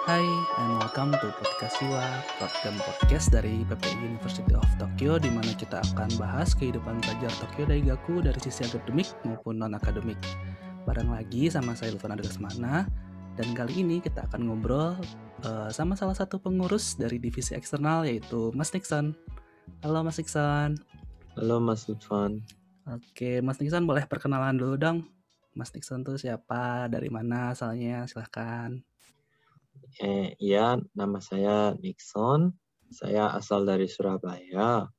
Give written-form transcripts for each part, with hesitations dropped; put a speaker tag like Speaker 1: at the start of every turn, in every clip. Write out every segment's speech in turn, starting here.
Speaker 1: Hai, and welcome to Podcast Siwa, program podcast dari PPI University of Tokyo, di mana kita akan bahas kehidupan pelajar Tokyo Daigaku dari sisi akademik maupun non-akademik. Bareng lagi sama saya Lufan Adgasmana, dan kali ini kita akan ngobrol sama salah satu pengurus dari divisi eksternal, yaitu Mas Nixon. Halo Mas Nixon.
Speaker 2: Halo Mas Lutfan.
Speaker 1: Oke, Mas Nixon boleh perkenalan dulu dong. Mas Nixon tuh siapa, dari mana asalnya, silahkan.
Speaker 2: Ya, nama saya Nixon. Saya asal dari Surabaya.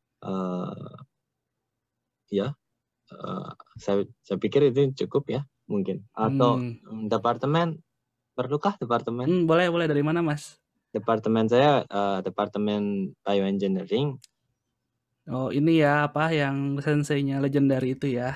Speaker 2: Saya pikir itu cukup ya, mungkin. Atau departemen, perlukah departemen?
Speaker 1: Boleh dari mana Mas?
Speaker 2: Departemen saya Departemen Bioengineering.
Speaker 1: Oh ini ya apa yang senseinya legendary itu ya.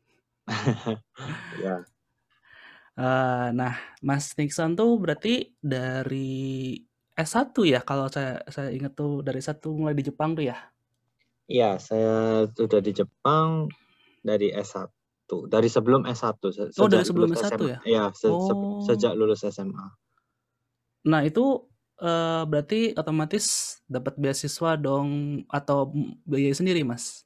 Speaker 2: Ya.
Speaker 1: Nah Mas Nixon tuh berarti dari S1 ya, kalau saya ingat tuh dari S1 mulai di Jepang tuh ya.
Speaker 2: Iya, saya sudah di Jepang dari S1. Dari sebelum S1,
Speaker 1: Oh dari
Speaker 2: sejak
Speaker 1: sebelum
Speaker 2: lulus
Speaker 1: S1
Speaker 2: SMA.
Speaker 1: ya.
Speaker 2: Ya,
Speaker 1: Oh.
Speaker 2: sejak lulus SMA.
Speaker 1: Nah itu berarti otomatis dapat beasiswa dong atau biaya sendiri Mas?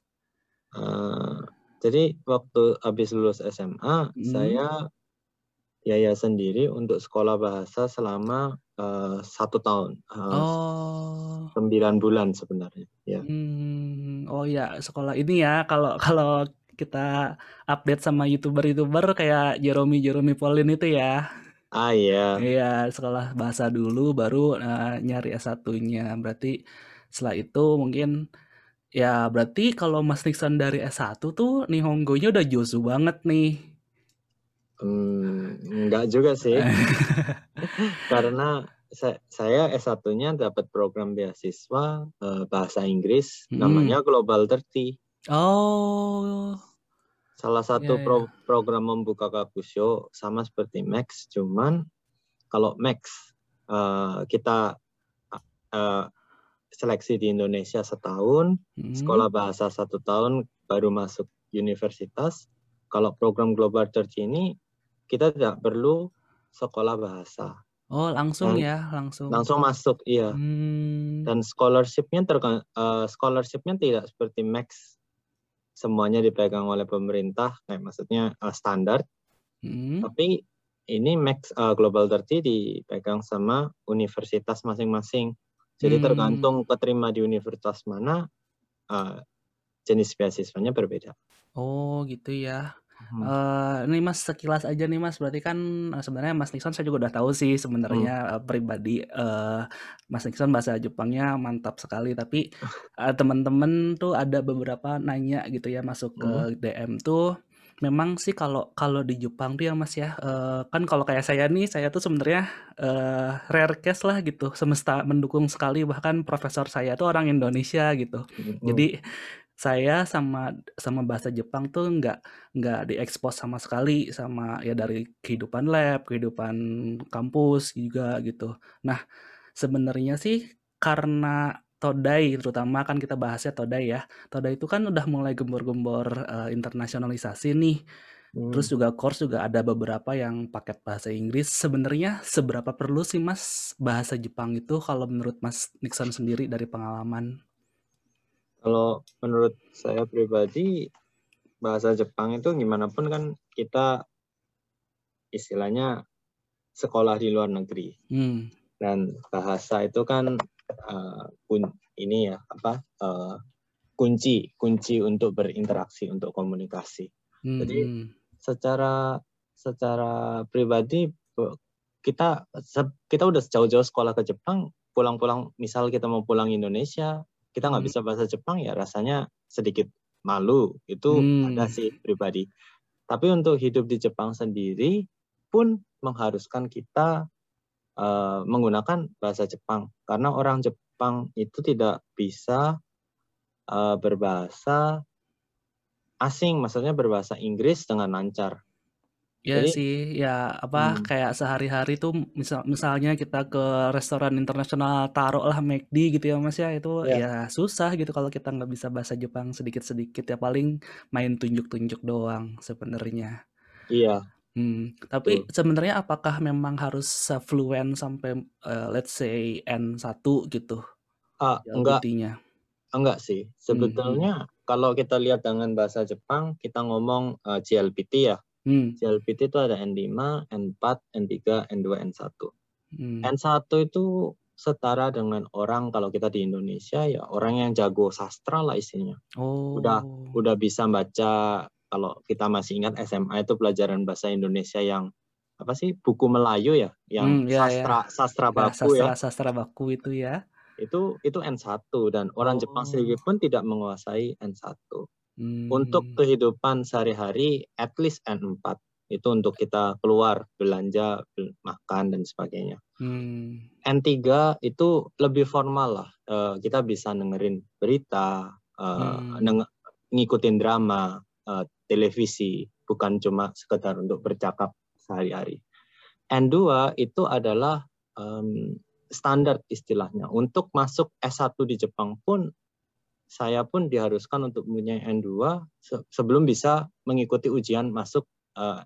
Speaker 2: Jadi waktu habis lulus SMA, saya biaya sendiri untuk sekolah bahasa selama 1 tahun,
Speaker 1: Oh.
Speaker 2: 9 bulan sebenarnya. Ya.
Speaker 1: Oh ya sekolah ini ya, kalau kalau kita update sama youtuber kayak Jeremy Pauline itu ya.
Speaker 2: Iya.
Speaker 1: Iya, sekolah bahasa dulu baru nyari S1-nya. Berarti setelah itu mungkin ya, berarti kalau Mas Nixon dari S1 tuh Nihongo-nya udah josu banget nih.
Speaker 2: Enggak juga sih, karena saya S1-nya dapat program beasiswa bahasa Inggris, namanya Global 30.
Speaker 1: Oh.
Speaker 2: Salah satu
Speaker 1: Iya, iya.
Speaker 2: program membuka Kakusho sama seperti Max, cuman kalau Max kita seleksi di Indonesia setahun, sekolah bahasa 1 tahun, baru masuk universitas. Kalau program Global 30 ini, kita tidak perlu sekolah bahasa.
Speaker 1: Oh langsung
Speaker 2: Dan
Speaker 1: ya, langsung.
Speaker 2: langsung masuk, iya. Dan scholarship-nya tidak seperti Max, semuanya dipegang oleh pemerintah, maksudnya standar. Tapi ini Max Global 30 dipegang sama universitas masing-masing. Jadi tergantung keterima di universitas mana, jenis beasiswanya berbeda.
Speaker 1: Oh gitu ya. Ini Mas sekilas aja nih Mas, berarti kan sebenarnya Mas Nixon saya juga udah tahu sih sebenarnya pribadi Mas Nixon bahasa Jepangnya mantap sekali, tapi teman-teman tuh ada beberapa nanya gitu ya, masuk ke DM tuh. Memang sih kalau kalau di Jepang tuh ya Mas ya, kan kalau kayak saya nih, saya tuh sebenarnya rare case lah gitu, semesta mendukung sekali, bahkan profesor saya tuh orang Indonesia gitu. Jadi saya sama bahasa Jepang tuh nggak diekspos sama sekali, sama ya dari kehidupan lab, kehidupan kampus juga gitu. Nah, sebenarnya sih karena Todai, terutama kan kita bahasnya Todai ya. Todai itu kan udah mulai gembor-gembor internasionalisasi nih. Terus juga course juga ada beberapa yang paket bahasa Inggris. Sebenarnya seberapa perlu sih Mas bahasa Jepang itu kalau menurut Mas Nixon sendiri dari pengalaman?
Speaker 2: Kalau menurut saya pribadi, bahasa Jepang itu gimana pun kan kita istilahnya sekolah di luar negeri. Dan bahasa itu kan kunci untuk berinteraksi, untuk komunikasi. Jadi secara pribadi kita udah jauh-jauh sekolah ke Jepang, pulang-pulang, misal kita mau pulang Indonesia, kita nggak bisa bahasa Jepang, ya rasanya sedikit malu. Itu ada sih pribadi. Tapi untuk hidup di Jepang sendiri pun mengharuskan kita menggunakan bahasa Jepang, karena orang Jepang itu tidak bisa berbahasa asing, maksudnya berbahasa Inggris dengan lancar.
Speaker 1: Ya
Speaker 2: Jadi
Speaker 1: sih, ya apa kayak sehari-hari tuh misalnya kita ke restoran internasional, taruh lah McD gitu ya Mas ya, itu ya susah gitu kalau kita nggak bisa bahasa Jepang sedikit-sedikit, ya paling main tunjuk-tunjuk doang sebenarnya.
Speaker 2: iya.
Speaker 1: Tapi
Speaker 2: Betul.
Speaker 1: sebenarnya apakah memang harus se-fluent sampai, let's say N1 gitu,
Speaker 2: Enggak,
Speaker 1: JLPT-nya?
Speaker 2: enggak sih.
Speaker 1: Mhm.
Speaker 2: Sebetulnya kalau kita lihat dengan bahasa Jepang, kita ngomong JLPT ya.
Speaker 1: Mmm,
Speaker 2: JLPT itu ada N5, N4, N3, N2, N1.
Speaker 1: mhm.
Speaker 2: N1 itu setara dengan orang kalau kita di Indonesia ya orang yang jago sastra lah isinya. Udah
Speaker 1: Oh.
Speaker 2: udah bisa baca, kalau kita masih ingat SMA itu pelajaran bahasa Indonesia yang apa sih, buku Melayu ya, yang
Speaker 1: Ya ya.
Speaker 2: sastra sastra
Speaker 1: Ya,
Speaker 2: baku ya.
Speaker 1: sastra-sastra baku itu ya?
Speaker 2: Itu N1 dan orang Jepang
Speaker 1: Oh.
Speaker 2: sendiri pun tidak menguasai N1. Untuk
Speaker 1: Mmm,
Speaker 2: kehidupan sehari-hari at least N4. Itu untuk kita keluar, belanja, makan dan sebagainya.
Speaker 1: mmm,
Speaker 2: N3 itu lebih formal lah. Kita bisa dengerin berita,
Speaker 1: mmm.
Speaker 2: ngikutin drama, televisi, bukan cuma sekedar untuk bercakap sehari-hari. N2 itu adalah standar istilahnya. Untuk masuk S1 di Jepang pun, saya pun diharuskan untuk mempunyai N2 sebelum bisa mengikuti ujian masuk uh,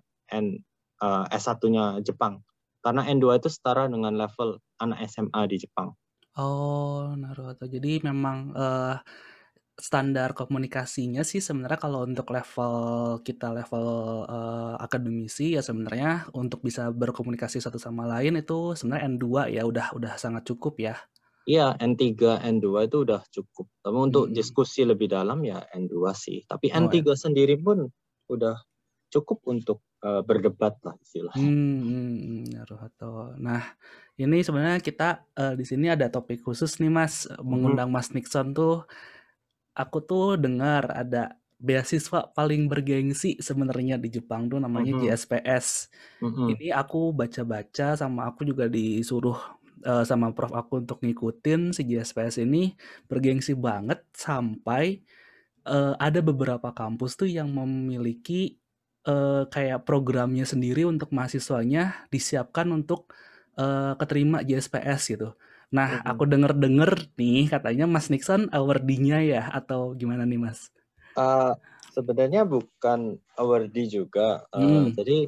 Speaker 2: S1-nya Jepang. Karena N2 itu setara dengan level anak SMA di Jepang.
Speaker 1: Oh, naruto. Jadi memang, standar komunikasinya sih sebenarnya kalau untuk level kita level, akademisi ya sebenarnya untuk bisa berkomunikasi satu sama lain itu sebenarnya N2 ya udah sangat cukup ya?
Speaker 2: Iya, N3, N2 itu udah cukup. Tapi untuk
Speaker 1: Mhm.
Speaker 2: diskusi lebih dalam ya N2 sih. Tapi
Speaker 1: Oh,
Speaker 2: N3 sendiri pun udah cukup untuk berdebat lah istilahnya.
Speaker 1: Naruto. Nah, ini sebenarnya kita, di sini ada topik khusus nih Mas,
Speaker 2: Mhm,
Speaker 1: mengundang Mas Nixon tuh, aku tuh dengar ada beasiswa paling bergengsi sebenarnya di Jepang tuh namanya
Speaker 2: mhm,
Speaker 1: JSPS.
Speaker 2: mhm,
Speaker 1: Ini aku baca-baca sama aku juga disuruh, sama prof aku untuk ngikutin si JSPS ini bergengsi banget sampai, ada beberapa kampus tuh yang memiliki, kayak programnya sendiri untuk mahasiswanya disiapkan untuk, keterima JSPS gitu. Nah,
Speaker 2: mhm.
Speaker 1: aku denger-denger nih katanya Mas Nixon awardee-nya ya atau gimana nih, Mas?
Speaker 2: Eh, Sebenarnya bukan awardee juga.
Speaker 1: Mhm,
Speaker 2: Jadi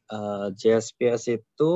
Speaker 2: JSPS itu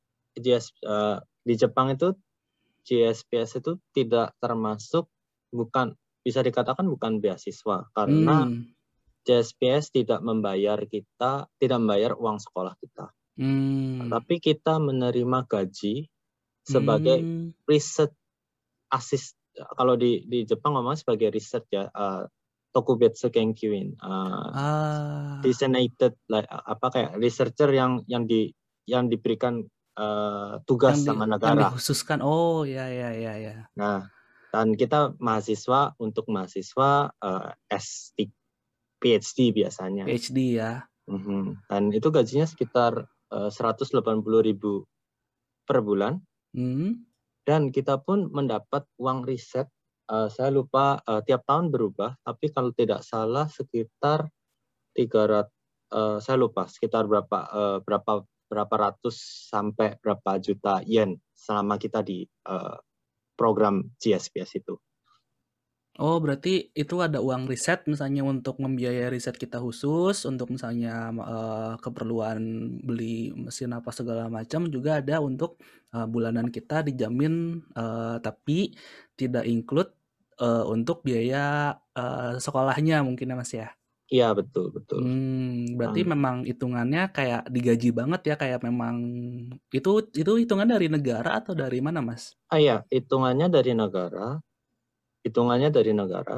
Speaker 2: di Jepang itu JSPS itu tidak termasuk, bukan, bisa dikatakan bukan beasiswa karena
Speaker 1: mmm,
Speaker 2: JSPS tidak membayar uang sekolah kita.
Speaker 1: mmm,
Speaker 2: Tapi kita menerima gaji sebagai
Speaker 1: mmm,
Speaker 2: riset assist. Kalau di Jepang ngomong sebagai riset ya, tokubetsu kenkyuin,
Speaker 1: ah,
Speaker 2: designated apa kayak researcher yang diberikan
Speaker 1: yang
Speaker 2: tugas
Speaker 1: di
Speaker 2: sama
Speaker 1: yang
Speaker 2: negara.
Speaker 1: dikhususkan, oh, ya ya ya ya.
Speaker 2: Nah, dan kita mahasiswa untuk mahasiswa S3, PhD biasanya.
Speaker 1: PhD ya?
Speaker 2: Dan itu gajinya sekitar 180.000 per bulan.
Speaker 1: Mhm,
Speaker 2: Dan kita pun mendapat uang riset. Saya lupa, tiap tahun berubah, tapi kalau tidak salah sekitar 300, saya lupa sekitar berapa ratus sampai berapa juta yen selama kita di program GSPS itu.
Speaker 1: oh, berarti itu ada uang riset misalnya untuk membiayai riset kita khusus, untuk misalnya, keperluan beli mesin apa segala macam, juga ada untuk, bulanan kita dijamin, tapi tidak include, untuk biaya, sekolahnya mungkin ya, Mas, ya?
Speaker 2: Iya, betul betul.
Speaker 1: Berarti
Speaker 2: Hmm.
Speaker 1: memang hitungannya kayak digaji banget ya, kayak memang itu hitungan dari negara atau dari mana, Mas?
Speaker 2: Iya, hitungannya dari negara.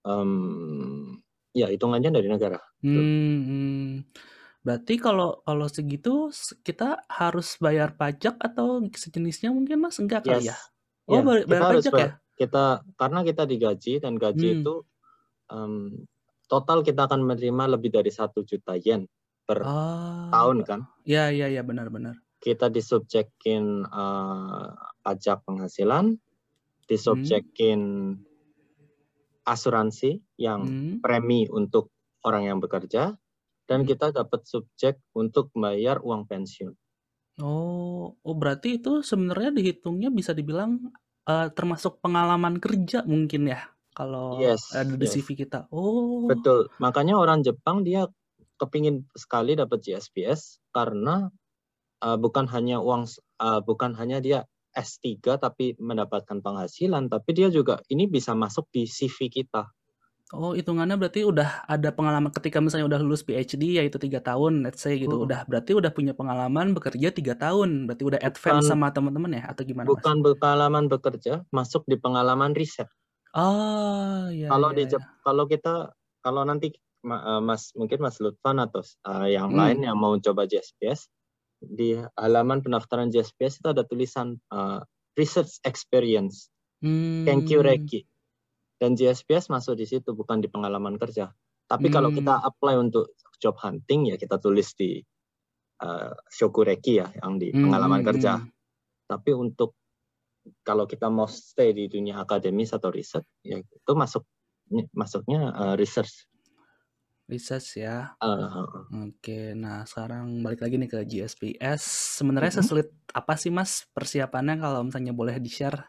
Speaker 2: Ya, hitungannya dari negara. Betul.
Speaker 1: Mmm, mmm. Berarti kalau kalau segitu kita harus bayar pajak atau sejenisnya mungkin, Mas? Enggak kali ya?
Speaker 2: Yes,
Speaker 1: Oh,
Speaker 2: ya,
Speaker 1: bayar
Speaker 2: kita harus
Speaker 1: pajak ya?
Speaker 2: karena kita digaji dan gaji
Speaker 1: Mmm.
Speaker 2: itu total kita akan menerima lebih dari 1 juta yen per
Speaker 1: Oh,
Speaker 2: tahun kan.
Speaker 1: ya ya ya, benar benar.
Speaker 2: Kita disubjekkin pajak penghasilan,
Speaker 1: Mmm,
Speaker 2: disubjekkin asuransi yang
Speaker 1: mmm.
Speaker 2: premi untuk orang yang bekerja, dan
Speaker 1: Mmm.
Speaker 2: kita dapat subjek untuk membayar uang pensiun.
Speaker 1: Oh oh, berarti itu sebenarnya dihitungnya bisa dibilang, termasuk pengalaman kerja mungkin ya? Kalau
Speaker 2: Yes,
Speaker 1: ada di
Speaker 2: yes,
Speaker 1: CV kita? Oh,
Speaker 2: betul. Makanya orang Jepang dia kepingin sekali dapat GSPS karena bukan hanya dia S3 tapi mendapatkan penghasilan, tapi dia juga ini bisa masuk di CV kita.
Speaker 1: Oh, hitungannya berarti udah ada pengalaman ketika misalnya udah lulus PhD yaitu 3 tahun, let's say gitu. Berarti udah punya pengalaman bekerja 3 tahun. Berarti udah advance
Speaker 2: Bukan
Speaker 1: sama teman-teman ya atau gimana, Mas?
Speaker 2: bukan pengalaman bekerja, masuk di pengalaman riset.
Speaker 1: Oh, iya
Speaker 2: Kalau
Speaker 1: iya
Speaker 2: di
Speaker 1: iya.
Speaker 2: kalau nanti mungkin Mas Lutfan atau yang
Speaker 1: Hmm.
Speaker 2: lain yang mau coba JSPS, di halaman pendaftaran JSPS itu ada tulisan research experience, Kenkyu
Speaker 1: Hmm.
Speaker 2: Reki. Dan JSPS masuk di situ, bukan di pengalaman kerja. Tapi kalau kita apply untuk job hunting, ya kita tulis di Shokureki ya, yang di pengalaman kerja. Tapi untuk kalau kita mau stay di dunia akademis atau riset, ya itu masuknya research.
Speaker 1: Research ya.
Speaker 2: Uh,
Speaker 1: Oke, nah sekarang balik lagi nih ke GSPS. Sebenarnya sesulit apa sih Mas persiapannya kalau misalnya boleh di-share?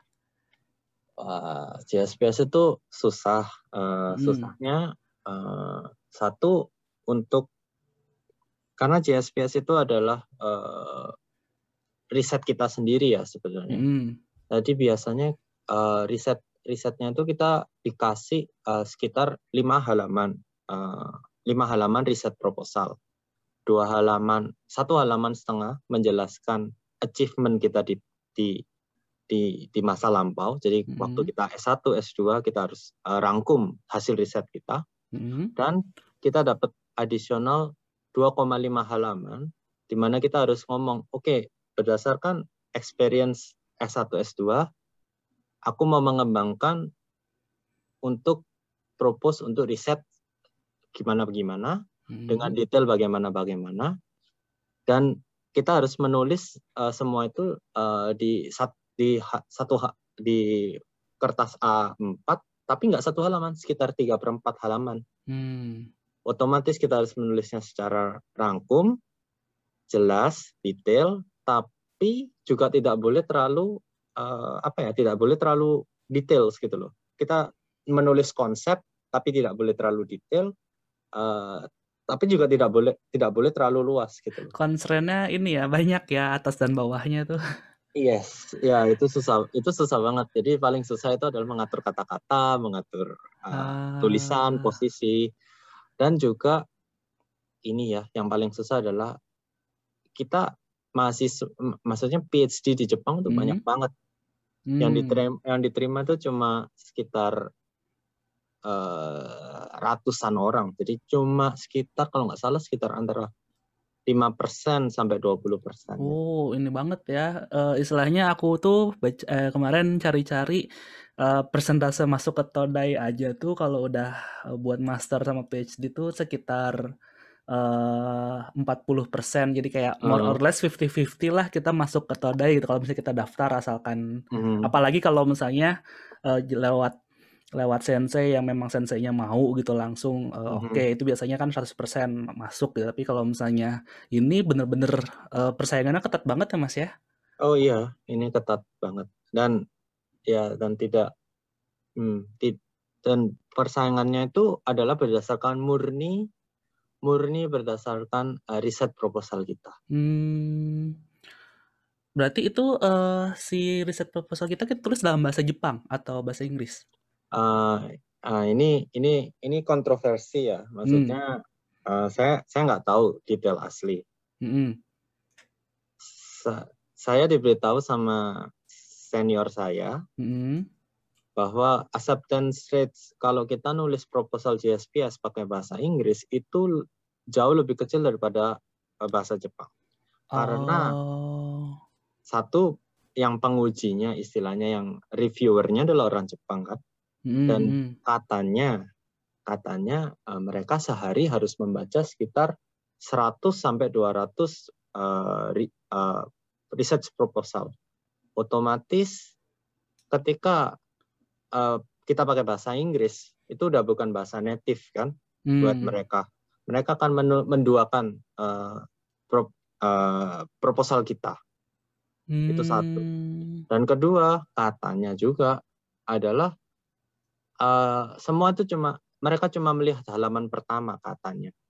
Speaker 2: JSPS itu susah. Susahnya satu untuk karena JSPS itu adalah riset kita sendiri ya sebenarnya. Jadi biasanya risetnya itu kita dikasih sekitar 5 halaman, 5 halaman riset proposal, 1 halaman setengah menjelaskan achievement kita di masa lampau. Jadi waktu kita S1, S2 kita harus rangkum hasil riset kita, dan kita dapat additional 2,5 halaman di mana kita harus ngomong, oke, berdasarkan experience S1, S2, aku mau mengembangkan untuk propose untuk riset gimana-bagaimana, dengan detail bagaimana-bagaimana, dan kita harus menulis semua itu di kertas A4, tapi nggak 1 halaman, sekitar 3/4 halaman. Otomatis kita harus menulisnya secara rangkum, jelas, detail, tapi juga tidak boleh terlalu tidak boleh terlalu detail gitu loh. Kita menulis konsep tapi tidak boleh terlalu detail, tapi juga tidak boleh terlalu luas gitu loh.
Speaker 1: Constraint-nya ini ya banyak ya atas dan bawahnya tuh.
Speaker 2: Yes, ya itu susah banget. Jadi paling susah itu adalah mengatur kata-kata, mengatur tulisan, posisi, dan juga ini ya yang paling susah adalah kita maksudnya PhD di Jepang tuh banyak banget. Yang diterima tuh cuma sekitar ratusan orang. Jadi cuma sekitar, kalau nggak salah, sekitar antara 5% sampai 20%.
Speaker 1: Oh, ini banget ya. Istilahnya aku tuh kemarin cari-cari persentase masuk ke Todai aja tuh kalau udah buat master sama PhD tuh sekitar 40%. Jadi kayak more or less 50-50 lah kita masuk ke Todai gitu kalau misalnya kita daftar, asalkan apalagi kalau misalnya lewat sensei yang memang senseinya mau gitu langsung, oke, itu biasanya kan 100% masuk gitu. Tapi kalau misalnya ini bener-bener persaingannya ketat banget ya Mas ya?
Speaker 2: Oh iya, ini ketat banget. Dan persaingannya itu adalah berdasarkan murni berdasarkan riset proposal kita.
Speaker 1: Berarti itu si riset proposal kita tulis dalam bahasa Jepang atau bahasa Inggris?
Speaker 2: Ini kontroversi ya. Maksudnya saya nggak tahu detail asli. Saya diberitahu sama senior saya bahwa acceptance rates kalau kita nulis proposal JSPS pakai bahasa Inggris itu jauh lebih kecil daripada bahasa Jepang. Karena satu, yang pengujinya istilahnya yang reviewernya adalah orang Jepang kan, dan katanya mereka sehari harus membaca sekitar 100 sampai 200 research proposal. Otomatis ketika kita pakai bahasa Inggris, itu udah bukan bahasa native kan buat mereka. Mereka akan menduakan proposal kita. Itu satu. Dan kedua, katanya juga adalah semua itu mereka cuma melihat halaman pertama katanya.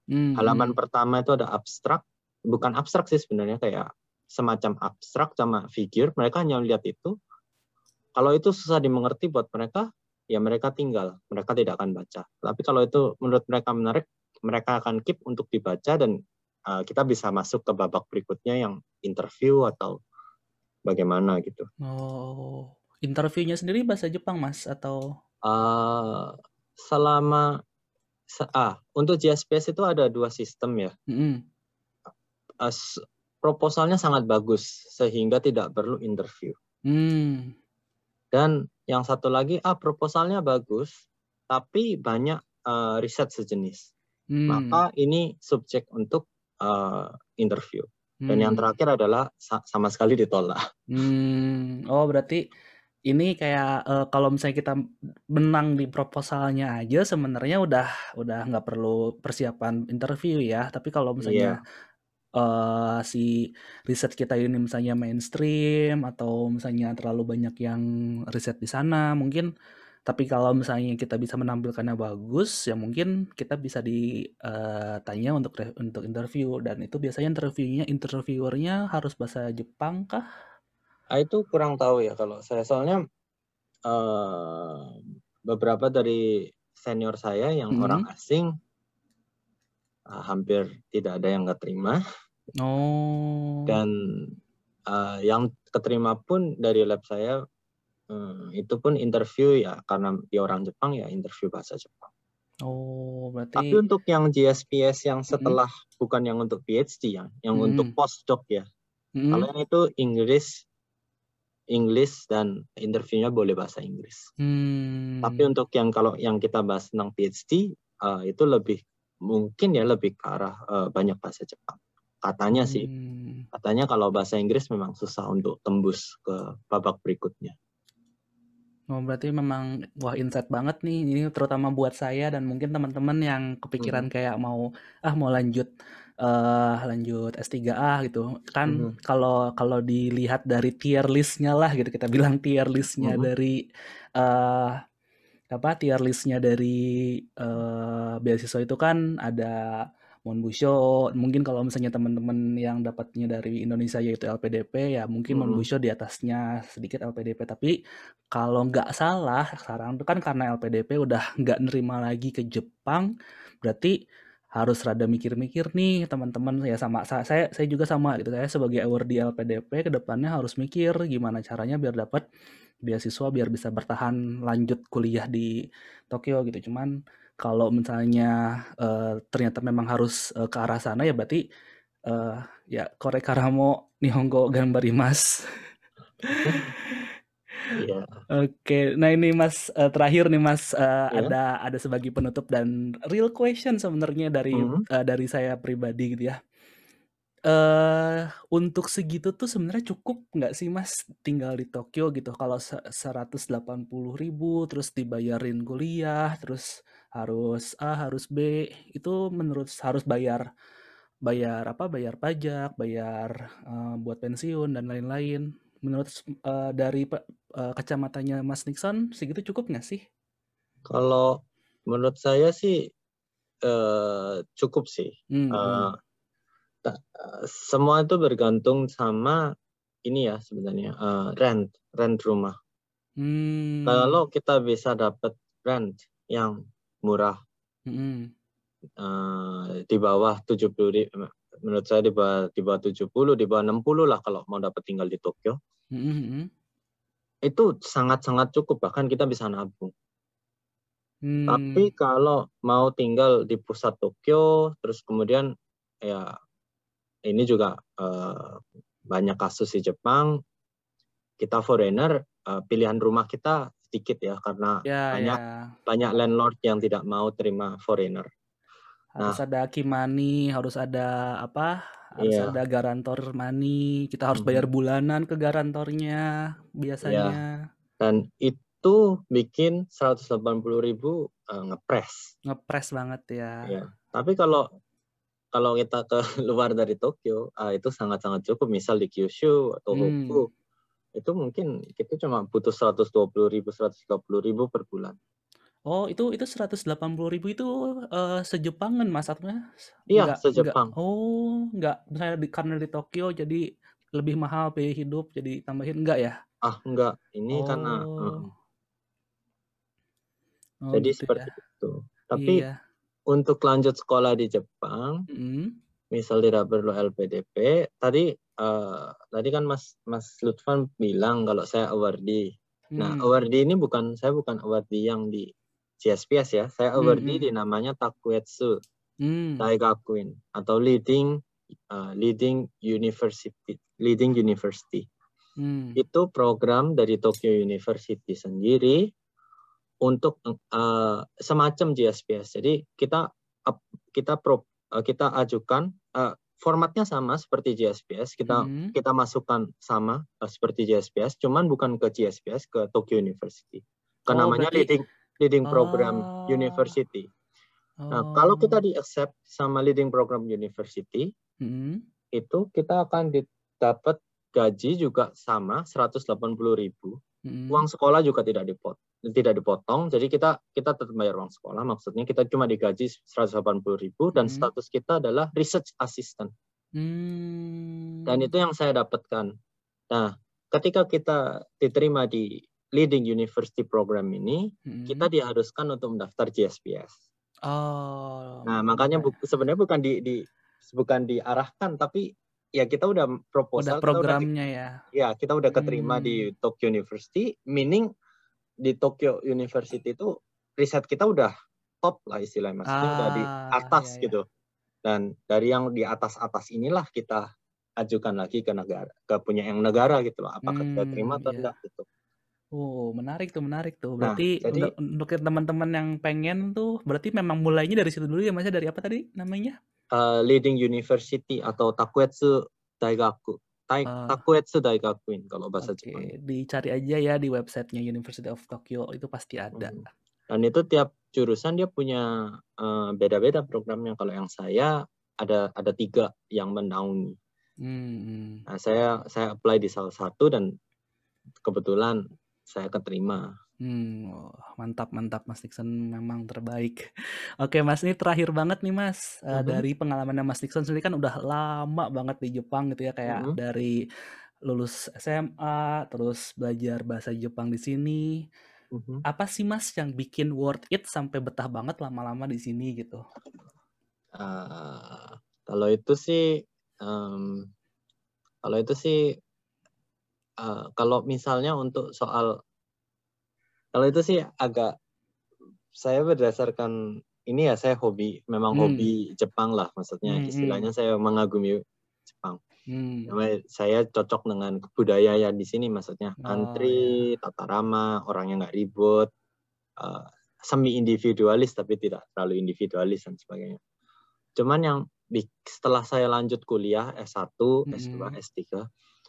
Speaker 2: Halaman
Speaker 1: Hmm.
Speaker 2: pertama itu ada abstrak, bukan abstrak sih sebenarnya, kayak semacam abstrak sama figure. Mereka hanya lihat itu. Kalau itu susah dimengerti buat mereka, ya mereka tinggal, mereka tidak akan baca. Tapi kalau itu menurut mereka menarik, mereka akan keep untuk dibaca, dan kita bisa masuk ke babak berikutnya yang interview atau bagaimana gitu.
Speaker 1: Oh, interviewnya sendiri bahasa Jepang, Mas, atau?
Speaker 2: Uh, selama untuk GSPS itu ada 2 sistem ya.
Speaker 1: Mm-mm.
Speaker 2: Uh, Proposalnya sangat bagus sehingga tidak perlu interview.
Speaker 1: Hmm.
Speaker 2: Dan yang satu lagi, proposalnya bagus, tapi banyak riset sejenis.
Speaker 1: Hmm.
Speaker 2: Maka ini subjek untuk interview. Dan yang
Speaker 1: Hmm.
Speaker 2: terakhir adalah sama sekali ditolak.
Speaker 1: Hmm. Oh, berarti ini kayak kalau misalnya kita menang di proposalnya aja sebenarnya udah nggak perlu persiapan interview ya. Tapi kalau misalnya
Speaker 2: Iya,
Speaker 1: si riset kita ini misalnya mainstream atau misalnya terlalu banyak yang riset di sana mungkin, tapi kalau misalnya kita bisa menampilkannya bagus ya mungkin kita bisa ditanya untuk interview, dan itu biasanya interviewernya harus bahasa Jepang kah?
Speaker 2: itu kurang tahu ya kalau saya. Soalnya eh, beberapa dari senior saya yang orang
Speaker 1: Mhm.
Speaker 2: asing hampir tidak ada yang nggak terima.
Speaker 1: Oh.
Speaker 2: Dan yang keterima pun dari lab saya, itu pun interview ya, karena dia orang Jepang ya interview bahasa Jepang.
Speaker 1: Oh,
Speaker 2: Tapi
Speaker 1: berarti
Speaker 2: untuk yang GSPS yang
Speaker 1: mhm,
Speaker 2: setelah, bukan yang untuk PhD ya, yang untuk
Speaker 1: mhm,
Speaker 2: postdoc ya. Kalau
Speaker 1: mhm,
Speaker 2: yang itu English dan interviewnya boleh bahasa Inggris. Tapi
Speaker 1: mmm,
Speaker 2: untuk yang, kalau yang kita bahas tentang PhD, itu lebih mungkin ya lebih ke arah banyak bahasa Jepang. Katanya sih,
Speaker 1: mmm.
Speaker 2: katanya kalau bahasa Inggris memang susah untuk tembus ke babak berikutnya.
Speaker 1: Oh, berarti memang wah insight banget nih ini terutama buat saya dan mungkin teman-teman yang kepikiran
Speaker 2: Mhm,
Speaker 1: kayak mau lanjut, lanjut S3A gitu. Kan
Speaker 2: mhm,
Speaker 1: kalau kalau dilihat dari tier list-nya lah gitu, kita bilang tier list-nya
Speaker 2: mhm,
Speaker 1: dari, eee, tier list-nya dari, beasiswa itu kan ada Monbusho, mungkin kalau misalnya teman-teman yang dapatnya dari Indonesia yaitu LPDP, ya mungkin
Speaker 2: mhm.
Speaker 1: Monbusho di atasnya sedikit LPDP. Tapi kalau nggak salah sekarang itu kan karena LPDP udah nggak nerima lagi ke Jepang, berarti harus rada mikir-mikir nih teman-teman ya, sama saya juga sama gitu. Saya sebagai awardee LPDP ke depannya harus mikir gimana caranya biar dapat beasiswa biar bisa bertahan lanjut kuliah di Tokyo gitu. Cuman kalau misalnya ternyata memang harus ke arah sana ya berarti eh, ya kore karamo nihongo ganbarimasu.
Speaker 2: Iya,
Speaker 1: Oke, nah ini Mas, terakhir nih Mas,
Speaker 2: ya.
Speaker 1: ada sebagai penutup dan real question sebenarnya
Speaker 2: Mhm.
Speaker 1: dari saya pribadi gitu ya. Untuk segitu tuh sebenarnya cukup nggak sih Mas tinggal di Tokyo gitu? Kalau 180.000 terus dibayarin kuliah, terus harus A, harus B, itu menurut harus bayar bayar apa, bayar pajak, bayar, buat pensiun dan lain-lain. Menurut dari kacamatanya Mas Nixon segitu cukup nggak sih?
Speaker 2: Kalau menurut saya sih cukup sih.
Speaker 1: Mmm,
Speaker 2: Eh,
Speaker 1: mhm.
Speaker 2: Semua itu bergantung sama ini ya sebenarnya, rent rumah.
Speaker 1: Mmm,
Speaker 2: Kalau kita bisa dapat rent yang murah,
Speaker 1: mhm,
Speaker 2: di bawah 70.000, menurut saya di bawah 70, di bawah 60 lah kalau mau dapat tinggal di Tokyo,
Speaker 1: mhm, mhm.
Speaker 2: itu sangat-sangat cukup, bahkan kita bisa nabung.
Speaker 1: Mmm,
Speaker 2: Tapi kalau mau tinggal di pusat Tokyo, terus kemudian ya ini juga banyak kasus di Jepang, kita foreigner, pilihan rumah kita sedikit ya, karena
Speaker 1: ya,
Speaker 2: banyak
Speaker 1: ya.
Speaker 2: banyak landlord yang tidak mau terima foreigner.
Speaker 1: Harus
Speaker 2: Nah,
Speaker 1: ada key money, harus ada apa, harus ada
Speaker 2: iya,
Speaker 1: garantor money, kita harus bayar
Speaker 2: mhm,
Speaker 1: bulanan ke garantornya
Speaker 2: iya,
Speaker 1: biasanya.
Speaker 2: dan itu bikin 180.000 ngepres.
Speaker 1: Ngepres banget ya.
Speaker 2: Ya, tapi kalau kalau kita ke luar dari Tokyo, itu sangat-sangat cukup. Misal di Kyushu atau Hokku,
Speaker 1: Hmm.
Speaker 2: itu mungkin kita cuma butuh 120.000, 130.000 per bulan.
Speaker 1: Oh, itu 180.000 itu, sejepangan Mas, artinya
Speaker 2: Iya,
Speaker 1: nggak
Speaker 2: sejepang.
Speaker 1: oh, nggak misalnya karena di Tokyo jadi lebih mahal biaya hidup jadi tambahin, enggak ya?
Speaker 2: Ah, enggak. Ini karena
Speaker 1: Oh oh
Speaker 2: jadi
Speaker 1: gitu ya?
Speaker 2: seperti itu. Tapi
Speaker 1: Iya,
Speaker 2: untuk lanjut sekolah di Jepang,
Speaker 1: mhm,
Speaker 2: misal tidak perlu LPDP, tadi kan Mas Lutfan bilang kalau saya awardee. Nah,
Speaker 1: mmm,
Speaker 2: awardee ini saya bukan awardee yang di CSPS ya. Saya awardee
Speaker 1: mhm,
Speaker 2: di namanya Takuetsu
Speaker 1: mmm,
Speaker 2: Daigakuin atau leading university.
Speaker 1: mmm,
Speaker 2: Itu program dari Tokyo University sendiri untuk semacam GSPS. Jadi kita ajukan formatnya sama seperti GSPS. Kita
Speaker 1: mhm.
Speaker 2: kita masukkan sama seperti GSPS, cuman bukan ke GSPS, ke Tokyo University. Kan
Speaker 1: Oh
Speaker 2: namanya
Speaker 1: berarti
Speaker 2: leading program
Speaker 1: oh
Speaker 2: university. Nah, kalau kita
Speaker 1: oh,
Speaker 2: di accept sama leading program university,
Speaker 1: mhm,
Speaker 2: itu kita akan dapat gaji juga sama 180.000.
Speaker 1: mhm,
Speaker 2: Uang sekolah juga tidak dipotong, jadi kita kita tetap bayar uang sekolah. Maksudnya kita cuma digaji 180.000 dan
Speaker 1: mhm,
Speaker 2: status kita adalah research assistant. Dan
Speaker 1: mmm,
Speaker 2: itu yang saya dapatkan. Nah, ketika kita diterima di leading university program ini, kita
Speaker 1: mhm.
Speaker 2: diharuskan untuk mendaftar GSPS. Nah,
Speaker 1: Oh,
Speaker 2: makanya
Speaker 1: makanya
Speaker 2: sebenarnya bukan diarahkan, tapi ya kita udah
Speaker 1: udah
Speaker 2: proposal,
Speaker 1: programnya ya?
Speaker 2: kita udah keterima
Speaker 1: Mmm,
Speaker 2: di Tokyo University, meaning di Tokyo University itu riset kita udah top lah istilahnya, maksudnya udah di
Speaker 1: iya
Speaker 2: atas
Speaker 1: iya,
Speaker 2: gitu. Dan dari yang di atas-atas inilah kita ajukan lagi ke negara, ke punya yang negara gitu loh, apakah kita terima atau
Speaker 1: iya.
Speaker 2: enggak gitu.
Speaker 1: Oh, menarik tuh.
Speaker 2: Nah,
Speaker 1: Berarti
Speaker 2: jadi
Speaker 1: untuk yang teman-teman yang pengen tuh, berarti memang mulainya dari situ dulu ya, Masnya, dari apa tadi namanya?
Speaker 2: leading university atau Takuetsu Daigaku,
Speaker 1: Eee,
Speaker 2: Takuetsu Daigakuin kalau bahasa
Speaker 1: oke,
Speaker 2: Jepang.
Speaker 1: dicari aja ya di websitenya University of Tokyo, itu pasti ada.
Speaker 2: Hmm. Dan itu tiap jurusan dia punya beda-beda programnya. Kalau yang saya ada 3 yang menaungi.
Speaker 1: Mhm.
Speaker 2: Nah, saya apply di salah satu dan kebetulan saya keterima.
Speaker 1: Wah, mantap mantap Mas Nixon memang terbaik. Oke Mas, ini terakhir banget nih Mas,
Speaker 2: Mhm,
Speaker 1: dari pengalamannya Mas Nixon sendiri kan udah lama banget di Jepang gitu ya, kayak
Speaker 2: mhm,
Speaker 1: dari lulus SMA, terus belajar bahasa Jepang di sini.
Speaker 2: mhm.
Speaker 1: Apa sih Mas yang bikin worth it sampai betah banget lama-lama di sini gitu?
Speaker 2: Eee, kalau itu sih, mmm, kalau itu sih, kalau misalnya untuk kalau itu sih agak saya berdasarkan ini ya, memang
Speaker 1: Mmm,
Speaker 2: hobi Jepang lah, maksudnya
Speaker 1: mhm,
Speaker 2: istilahnya saya mengagumi Jepang.
Speaker 1: mmm.
Speaker 2: Namanya saya cocok dengan kebudayaan di sini, maksudnya
Speaker 1: Oh ya,
Speaker 2: antri, tata ramah, orangnya nggak ribut, eee, semi individualis tapi tidak terlalu individualis dan sebagainya. Cuman yang setelah saya lanjut kuliah S1, S2,
Speaker 1: mhm,
Speaker 2: S3,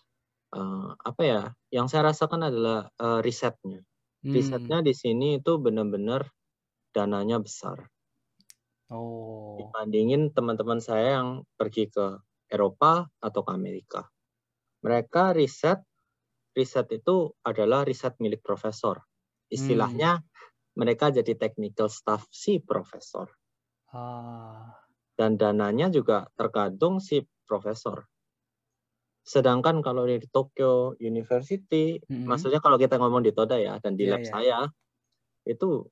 Speaker 2: apa ya, yang saya rasakan adalah, risetnya.
Speaker 1: mmm,
Speaker 2: Risetnya di sini itu benar-benar dananya besar.
Speaker 1: oh,
Speaker 2: Dibandingin teman-teman saya yang pergi ke Eropa atau ke Amerika. Mereka riset itu adalah riset milik profesor.
Speaker 1: mmm,
Speaker 2: Istilahnya mereka jadi technical staff si profesor.
Speaker 1: ah,
Speaker 2: Dan dananya juga tergantung si profesor. Sedangkan kalau di Tokyo University,
Speaker 1: mhm,
Speaker 2: maksudnya kalau kita ngomong di Toda ya, dan di
Speaker 1: iya
Speaker 2: lab
Speaker 1: iya,
Speaker 2: saya, itu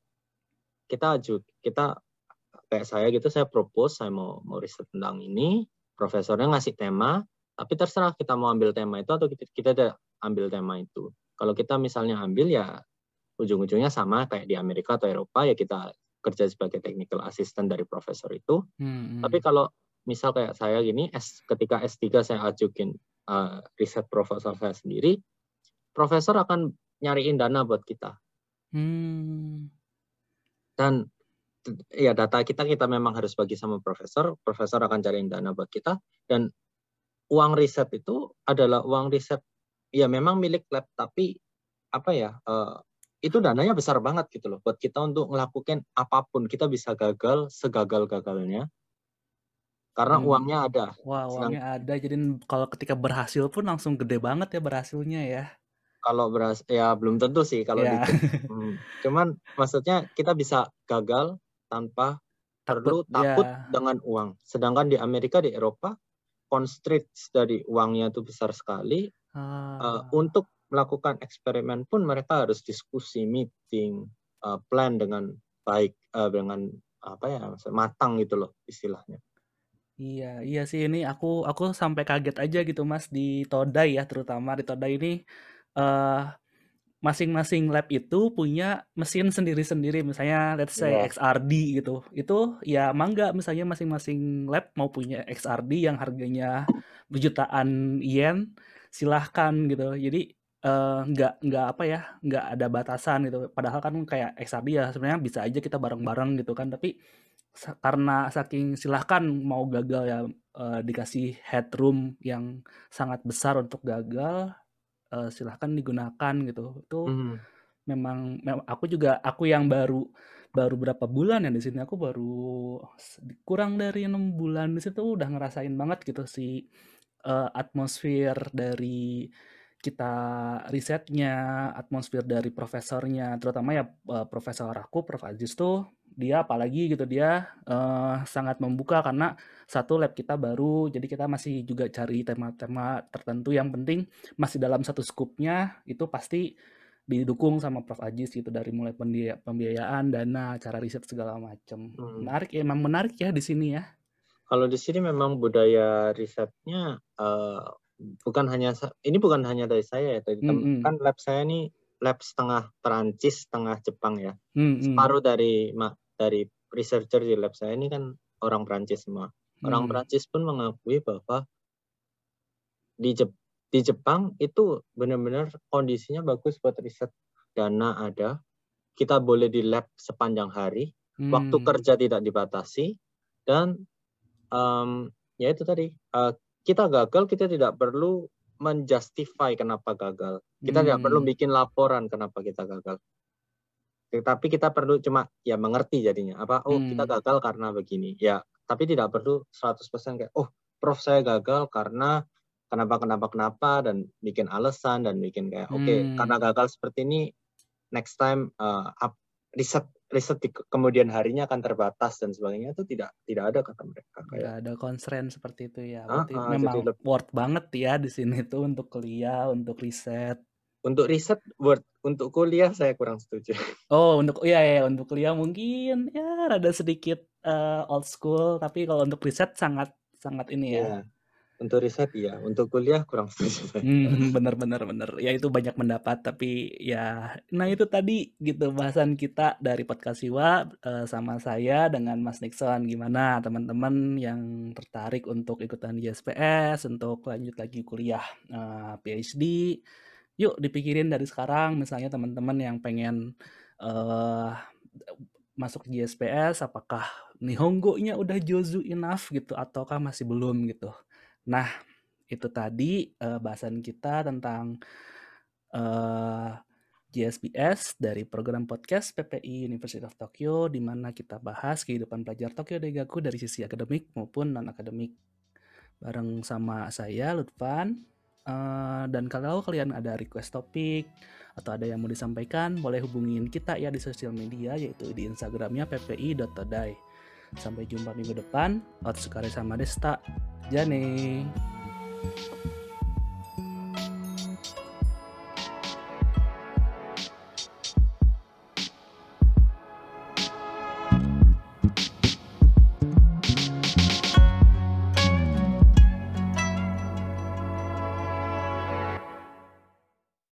Speaker 2: kita kayak saya gitu, saya propose, saya mau riset tentang ini, profesornya ngasih tema, tapi terserah kita mau ambil tema itu atau kita ada ambil tema itu. Kalau kita misalnya ambil ya ujung-ujungnya sama kayak di Amerika atau Eropa, ya kita kerja sebagai technical assistant dari profesor itu. Tapi
Speaker 1: mhm,
Speaker 2: kalau misal kayak saya gini, ketika S3 saya ajukin riset proposal saya sendiri, profesor akan nyariin dana buat kita.
Speaker 1: mmm,
Speaker 2: Dan ya data kita memang harus bagi sama profesor, profesor akan cariin dana buat kita, dan uang riset itu adalah uang riset ya memang milik lab, tapi apa ya, itu dananya besar banget gitu loh buat kita untuk ngelakuin apapun. Kita bisa gagal segagal-gagalnya karena
Speaker 1: mmm,
Speaker 2: uangnya ada.
Speaker 1: wah
Speaker 2: Sedang
Speaker 1: uangnya ada jadi kalau ketika berhasil pun langsung gede banget ya berhasilnya ya?
Speaker 2: Kalau ya belum tentu sih kalau
Speaker 1: Ya.
Speaker 2: Cuman maksudnya kita bisa gagal tanpa
Speaker 1: Takut,
Speaker 2: perlu takut
Speaker 1: ya.
Speaker 2: dengan uang. Sedangkan di Amerika, di Eropa, constraints dari uangnya itu besar sekali. Untuk melakukan eksperimen pun mereka harus diskusi, meeting, plan dengan baik, dengan apa ya, matang gitu loh istilahnya.
Speaker 1: Iya sih, ini aku sampai kaget aja gitu Mas, di Todai ya, terutama di Todai ini eh masing-masing lab itu punya mesin sendiri-sendiri, misalnya let's say
Speaker 2: Iya.
Speaker 1: XRD gitu. Itu ya mangga, misalnya masing-masing lab mau punya XRD yang harganya berjutaan yen, silahkan gitu. Jadi nggak apa ya, nggak ada batasan gitu. Padahal kan kayak XRD ya sebenarnya bisa aja kita bareng-bareng gitu kan. Tapi karena saking silahkan mau gagal ya, dikasih headroom yang sangat besar untuk gagal, silahkan digunakan gitu. Itu memang aku yang baru baru berapa bulan ya di sini, aku baru kurang dari 6 bulan di situ udah ngerasain banget gitu si atmosfer dari kita risetnya, atmosfer dari profesornya, terutama ya profesor aku, Prof. Aziz tuh dia apalagi gitu, dia sangat membuka karena satu lab kita baru, jadi kita masih juga cari tema-tema tertentu yang penting masih dalam satu skupnya, itu pasti didukung sama Prof. Aziz gitu, dari mulai pembiayaan, dana, cara riset segala macam. Menarik, emang menarik ya di sini ya.
Speaker 2: Kalau di sini memang budaya risetnya bukan hanya dari saya ya, kan lab saya ini lab setengah Perancis, setengah Jepang ya. Separuh dari researcher di lab saya ini kan orang Perancis semua. Orang Perancis pun mengakui bahwa di Jepang itu benar-benar kondisinya bagus buat riset. Dana ada, kita boleh di lab sepanjang hari, waktu kerja tidak dibatasi, dan ya itu tadi, kita gagal, kita tidak perlu menjustify kenapa gagal. Kita tidak perlu bikin laporan kenapa kita gagal. Tapi kita perlu cuma ya mengerti jadinya. Kita gagal karena begini. Ya, tapi tidak perlu 100% kayak, Prof saya gagal karena kenapa dan bikin alasan dan bikin kayak karena gagal seperti ini, next time riset di kemudian harinya akan terbatas dan sebagainya, itu tidak ada kata mereka
Speaker 1: Nggak
Speaker 2: kayak.
Speaker 1: ada constraint seperti itu ya. Berarti
Speaker 2: Jadi
Speaker 1: memang worth banget ya di sini tuh untuk kuliah, untuk riset.
Speaker 2: untuk riset worth, untuk kuliah saya kurang setuju.
Speaker 1: Oh, untuk untuk kuliah mungkin ya rada sedikit old school, tapi kalau untuk riset sangat sangat ini ya.
Speaker 2: Iya, untuk riset iya, untuk kuliah kurang setuju.
Speaker 1: Bener. Ya itu banyak pendapat, tapi ya, nah itu tadi gitu bahasan kita dari podcast Siwa sama saya dengan Mas Nixon. Gimana teman-teman yang tertarik untuk ikutan JSPS, untuk lanjut lagi kuliah PhD, yuk dipikirin dari sekarang. Misalnya teman-teman yang pengen masuk JSPS, apakah Nihongo-nya udah jozu enough gitu, ataukah masih belum gitu. Nah, itu tadi bahasan kita tentang JSPS dari program podcast PPI University of Tokyo, di mana kita bahas kehidupan pelajar Tokyo Daigaku dari sisi akademik maupun non-akademik. Bareng sama saya, Lutfan. Dan kalau kalian ada request topik atau ada yang mau disampaikan, boleh hubungin kita ya di sosial media, yaitu di Instagramnya ppi.todai. Sampai jumpa minggu depan. Otsukare sama desta. Jane.